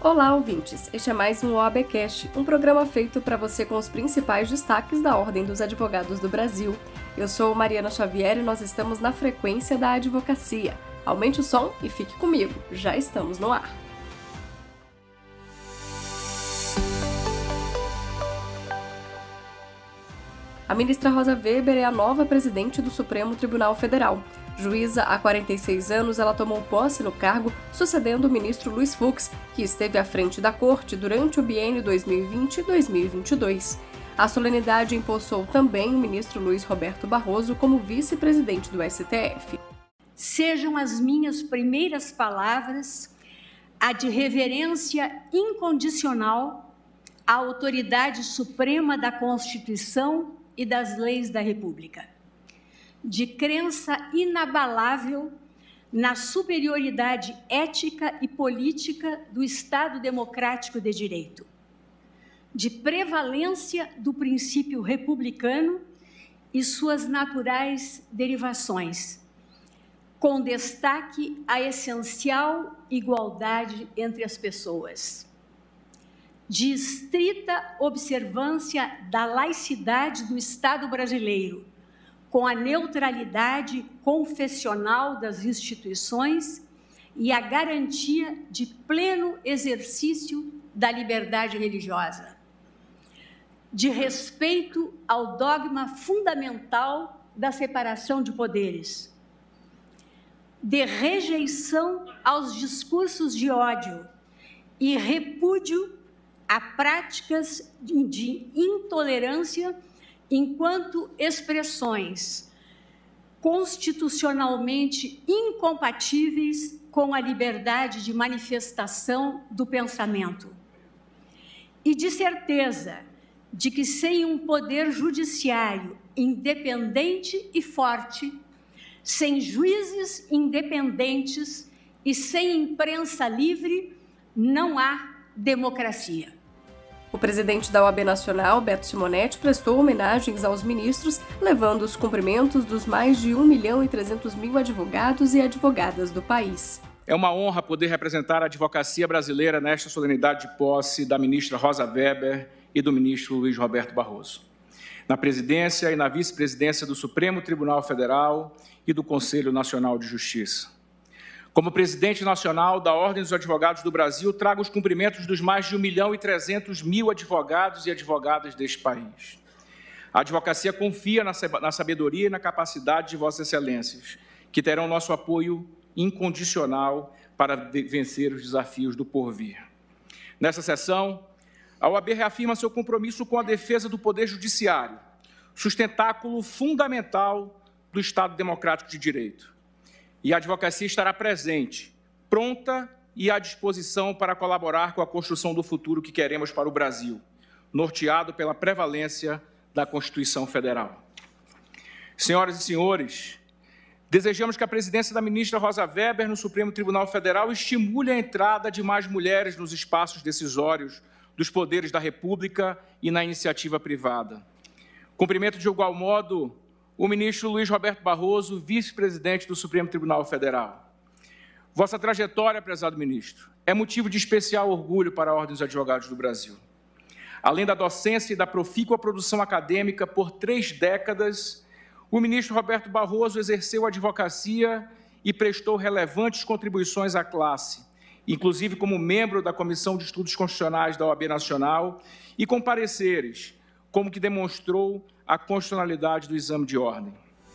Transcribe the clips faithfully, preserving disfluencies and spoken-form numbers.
Olá, ouvintes! Este é mais um OABcast, um programa feito para você com os principais destaques da Ordem dos Advogados do Brasil. Eu sou Mariana Xavier e nós estamos na frequência da advocacia. Aumente o som e fique comigo, já estamos no ar. A ministra Rosa Weber é a nova presidente do Supremo Tribunal Federal. Juíza há quarenta e seis anos, ela tomou posse no cargo, sucedendo o ministro Luiz Fux, que esteve à frente da corte durante o biênio dois mil e vinte a dois mil e vinte e dois. A solenidade empossou também o ministro Luiz Roberto Barroso como vice-presidente do S T F. Sejam as minhas primeiras palavras a de reverência incondicional à autoridade suprema da Constituição e das leis da República, de crença inabalável na superioridade ética e política do Estado democrático de direito, de prevalência do princípio republicano e suas naturais derivações, com destaque à essencial igualdade entre as pessoas, de estrita observância da laicidade do Estado brasileiro, com a neutralidade confessional das instituições e a garantia de pleno exercício da liberdade religiosa, de respeito ao dogma fundamental da separação de poderes, de rejeição aos discursos de ódio e repúdio a práticas de intolerância enquanto expressões constitucionalmente incompatíveis com a liberdade de manifestação do pensamento. E de certeza de que sem um poder judiciário independente e forte, sem juízes independentes e sem imprensa livre, não há democracia. O presidente da O A B Nacional, Beto Simonetti, prestou homenagens aos ministros, levando os cumprimentos dos mais de um milhão e trezentos mil advogados e advogadas do país. É uma honra poder representar a advocacia brasileira nesta solenidade de posse da ministra Rosa Weber e do ministro Luiz Roberto Barroso, na presidência e na vice-presidência do Supremo Tribunal Federal e do Conselho Nacional de Justiça. Como presidente nacional da Ordem dos Advogados do Brasil, trago os cumprimentos dos mais de um milhão e trezentos mil advogados e advogadas deste país. A advocacia confia na sabedoria e na capacidade de Vossas Excelências, que terão nosso apoio incondicional para vencer os desafios do porvir. Nessa sessão, a O A B reafirma seu compromisso com a defesa do Poder Judiciário, sustentáculo fundamental do Estado Democrático de Direito. E a advocacia estará presente, pronta e à disposição para colaborar com a construção do futuro que queremos para o Brasil, norteado pela prevalência da Constituição Federal. Senhoras e senhores, desejamos que a presidência da ministra Rosa Weber no Supremo Tribunal Federal estimule a entrada de mais mulheres nos espaços decisórios dos poderes da República e na iniciativa privada. Cumprimento de igual modo o ministro Luiz Roberto Barroso, vice-presidente do Supremo Tribunal Federal. Vossa trajetória, prezado ministro, é motivo de especial orgulho para a Ordem dos Advogados do Brasil. Além da docência e da profícua produção acadêmica por três décadas, o ministro Roberto Barroso exerceu a advocacia e prestou relevantes contribuições à classe, inclusive como membro da Comissão de Estudos Constitucionais da O A B Nacional e com pareceres, como que demonstrou a constitucionalidade do exame de ordem.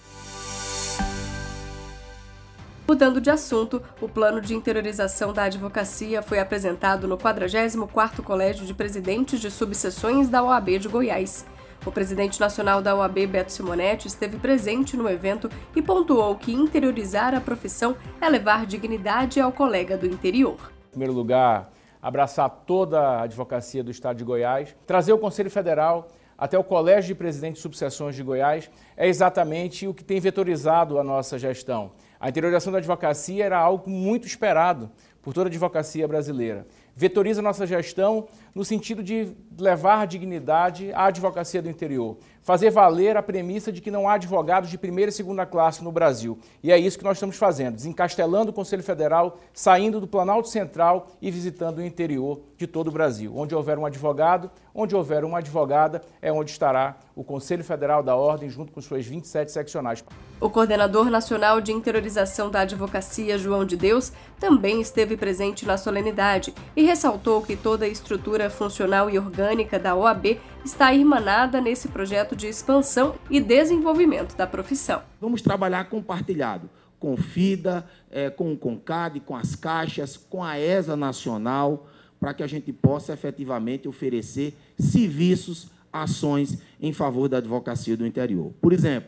Mudando de assunto, o plano de interiorização da advocacia foi apresentado no quadragésimo quarto Colégio de Presidentes de Subseções da O A B de Goiás. O presidente nacional da O A B, Beto Simonetti, esteve presente no evento e pontuou que interiorizar a profissão é levar dignidade ao colega do interior. Em primeiro lugar, abraçar toda a advocacia do Estado de Goiás, trazer o Conselho Federal até o Colégio de Presidentes de Subseções de Goiás, é exatamente o que tem vetorizado a nossa gestão. A interiorização da advocacia era algo muito esperado por toda a advocacia brasileira. vetoriza nossa gestão no sentido de levar dignidade à advocacia do interior, fazer valer a premissa de que não há advogados de primeira e segunda classe no Brasil. E é isso que nós estamos fazendo, desencastelando o Conselho Federal, saindo do Planalto Central e visitando o interior de todo o Brasil. Onde houver um advogado, onde houver uma advogada, é onde estará o Conselho Federal da Ordem, junto com suas vinte e sete seccionais. O coordenador nacional de interiorização da advocacia, João de Deus, também esteve presente na solenidade e ressaltou que toda a estrutura funcional e orgânica da O A B está irmanada nesse projeto de expansão e desenvolvimento da profissão. Vamos trabalhar compartilhado, com o FIDA, é, com o CONCAD, com as caixas, com a E S A Nacional, para que a gente possa efetivamente oferecer serviços, ações em favor da advocacia do interior. Por exemplo,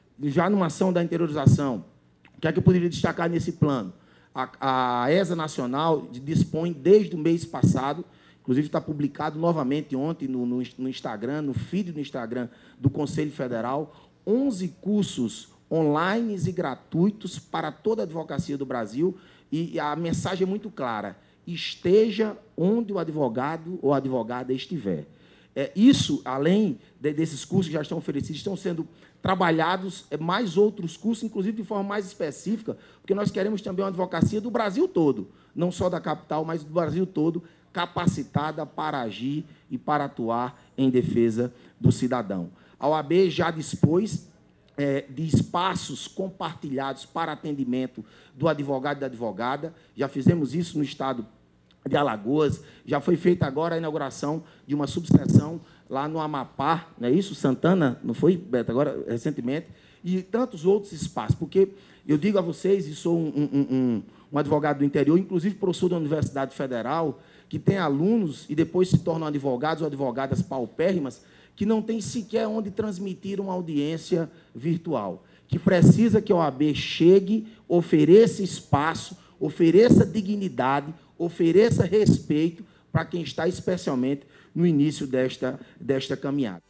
já numa ação da interiorização, o que é que eu poderia destacar nesse plano? A, a E S A Nacional dispõe, desde o mês passado, inclusive está publicado novamente ontem no, no, no Instagram, no feed do Instagram do Conselho Federal, onze cursos online e gratuitos para toda a advocacia do Brasil, e a mensagem é muito clara: esteja onde o advogado ou a advogada estiver. É, isso, além de, desses cursos que já estão oferecidos, estão sendo trabalhados é, mais outros cursos, inclusive de forma mais específica, porque nós queremos também uma advocacia do Brasil todo, não só da capital, mas do Brasil todo, capacitada para agir e para atuar em defesa do cidadão. A O A B já dispôs é, de espaços compartilhados para atendimento do advogado e da advogada. Já fizemos isso no estado de Alagoas. Já foi feita agora a inauguração de uma subseção lá no Amapá, não é isso? Santana, não foi, Beto, agora, recentemente, e tantos outros espaços, porque eu digo a vocês, e sou um, um, um, um advogado do interior, inclusive professor da Universidade Federal, que tem alunos e depois se tornam advogados ou advogadas paupérrimas, que não tem sequer onde transmitir uma audiência virtual, que precisa que a O A B chegue, ofereça espaço, ofereça dignidade, ofereça respeito para quem está especialmente no início desta, desta caminhada.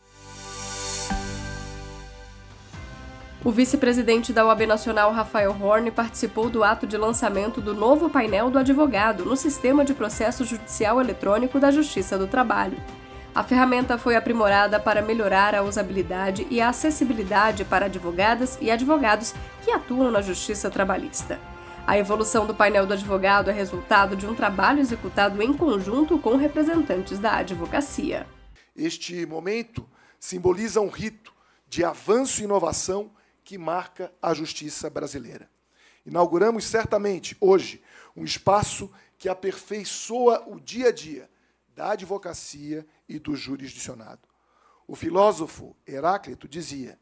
O vice-presidente da O A B Nacional, Rafael Horn, participou do ato de lançamento do novo painel do advogado no Sistema de Processo Judicial Eletrônico da Justiça do Trabalho. A ferramenta foi aprimorada para melhorar a usabilidade e a acessibilidade para advogadas e advogados que atuam na Justiça Trabalhista. A evolução do painel do advogado é resultado de um trabalho executado em conjunto com representantes da advocacia. Este momento simboliza um rito de avanço e inovação que marca a justiça brasileira. Inauguramos certamente hoje um espaço que aperfeiçoa o dia a dia da advocacia e do jurisdicionado. O filósofo Heráclito dizia: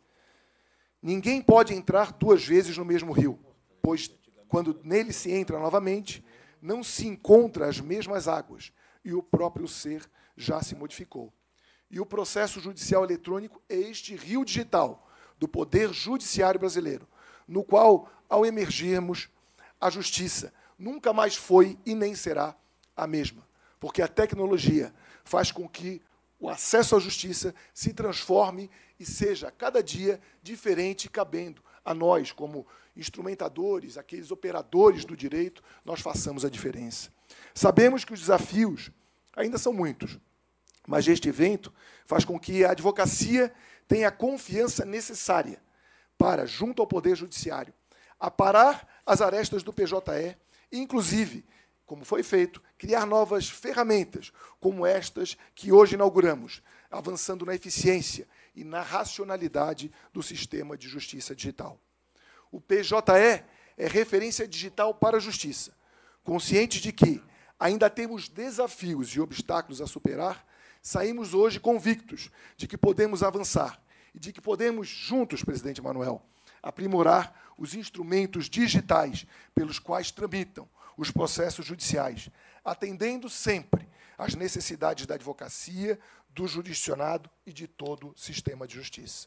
ninguém pode entrar duas vezes no mesmo rio, pois quando nele se entra novamente, não se encontra as mesmas águas e o próprio ser já se modificou. E o processo judicial eletrônico é este rio digital do poder judiciário brasileiro, no qual, ao emergirmos, a justiça nunca mais foi e nem será a mesma, porque a tecnologia faz com que o acesso à justiça se transforme e seja, cada dia, diferente, cabendo a nós, como instrumentadores, aqueles operadores do direito, nós façamos a diferença. Sabemos que os desafios ainda são muitos, mas este evento faz com que a advocacia tenha a confiança necessária para, junto ao Poder Judiciário, aparar as arestas do P J E e, inclusive, como foi feito, criar novas ferramentas, como estas que hoje inauguramos, avançando na eficiência e na racionalidade do sistema de justiça digital. O P J E é referência digital para a justiça. Conscientes de que ainda temos desafios e obstáculos a superar, saímos hoje convictos de que podemos avançar e de que podemos, juntos, presidente Manuel, aprimorar os instrumentos digitais pelos quais tramitam os processos judiciais, atendendo sempre às necessidades da advocacia, do jurisdicionado e de todo o sistema de justiça.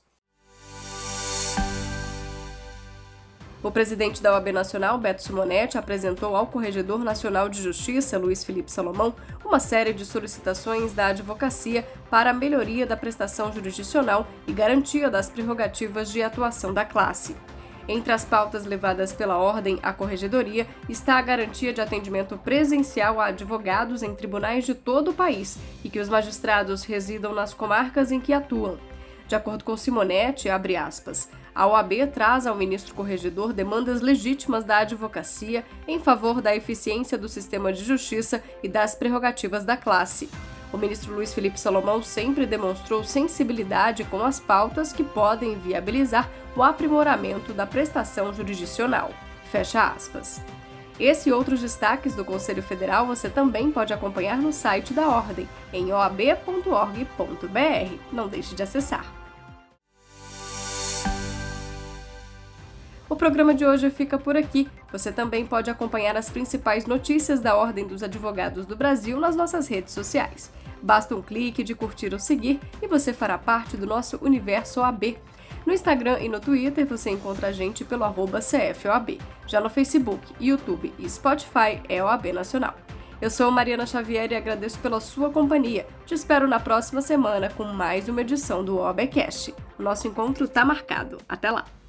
O presidente da O A B Nacional, Beto Simonetti, apresentou ao Corregedor Nacional de Justiça, Luiz Felipe Salomão, uma série de solicitações da advocacia para a melhoria da prestação jurisdicional e garantia das prerrogativas de atuação da classe. Entre as pautas levadas pela Ordem à Corregedoria está a garantia de atendimento presencial a advogados em tribunais de todo o país e que os magistrados residam nas comarcas em que atuam. De acordo com Simonetti, abre aspas, a O A B traz ao ministro corregedor demandas legítimas da advocacia em favor da eficiência do sistema de justiça e das prerrogativas da classe. O ministro Luiz Felipe Salomão sempre demonstrou sensibilidade com as pautas que podem viabilizar o aprimoramento da prestação jurisdicional. Fecha aspas. Esse e outros destaques do Conselho Federal você também pode acompanhar no site da Ordem, em o a b ponto org ponto b r. Não deixe de acessar. O programa de hoje fica por aqui. Você também pode acompanhar as principais notícias da Ordem dos Advogados do Brasil nas nossas redes sociais. Basta um clique de curtir ou seguir e você fará parte do nosso universo O A B. No Instagram e no Twitter você encontra a gente pelo arroba C F O A B. Já no Facebook, YouTube e Spotify é O A B Nacional. Eu sou Mariana Xavier e agradeço pela sua companhia. Te espero na próxima semana com mais uma edição do OABcast. O nosso encontro está marcado. Até lá!